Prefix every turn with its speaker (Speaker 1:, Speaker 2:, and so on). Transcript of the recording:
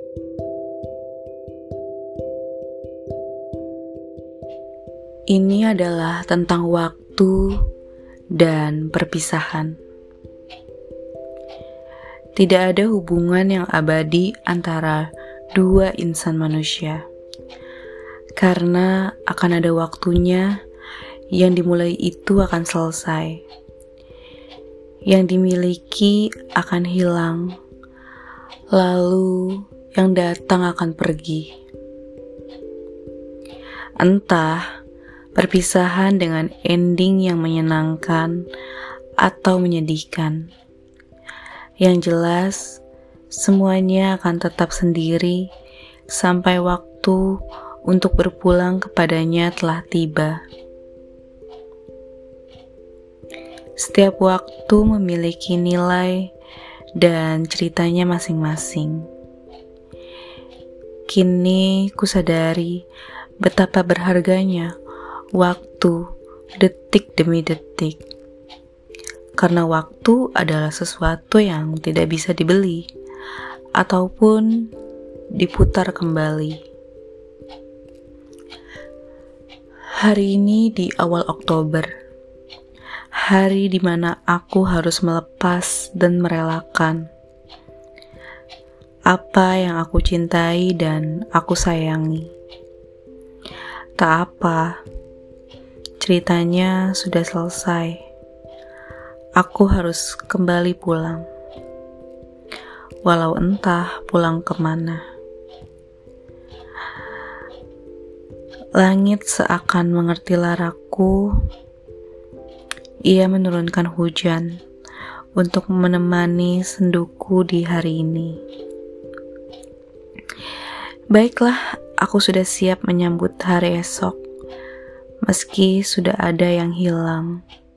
Speaker 1: Ini adalah tentang waktu dan perpisahan. Tidak ada hubungan yang abadi antara dua insan manusia, karena akan ada waktunya yang dimulai itu akan selesai, yang dimiliki akan hilang, lalu yang datang akan pergi. Entah perpisahan dengan ending yang menyenangkan atau menyedihkan. Yang jelas, semuanya akan tetap sendiri sampai waktu untuk berpulang kepadanya telah tiba. Setiap waktu memiliki nilai dan ceritanya masing-masing. Kini kusadari betapa berharganya waktu detik demi detik. Karena waktu adalah sesuatu yang tidak bisa dibeli ataupun diputar kembali. Hari ini di awal Oktober, hari di mana aku harus melepas dan merelakan apa yang aku cintai dan aku sayangi. Tak apa, ceritanya sudah selesai. Aku harus kembali pulang, walau entah pulang kemana. Langit seakan mengerti laraku. Ia menurunkan hujan untuk menemani senduku di hari ini. Baiklah, aku sudah siap menyambut hari esok, meski sudah ada yang hilang.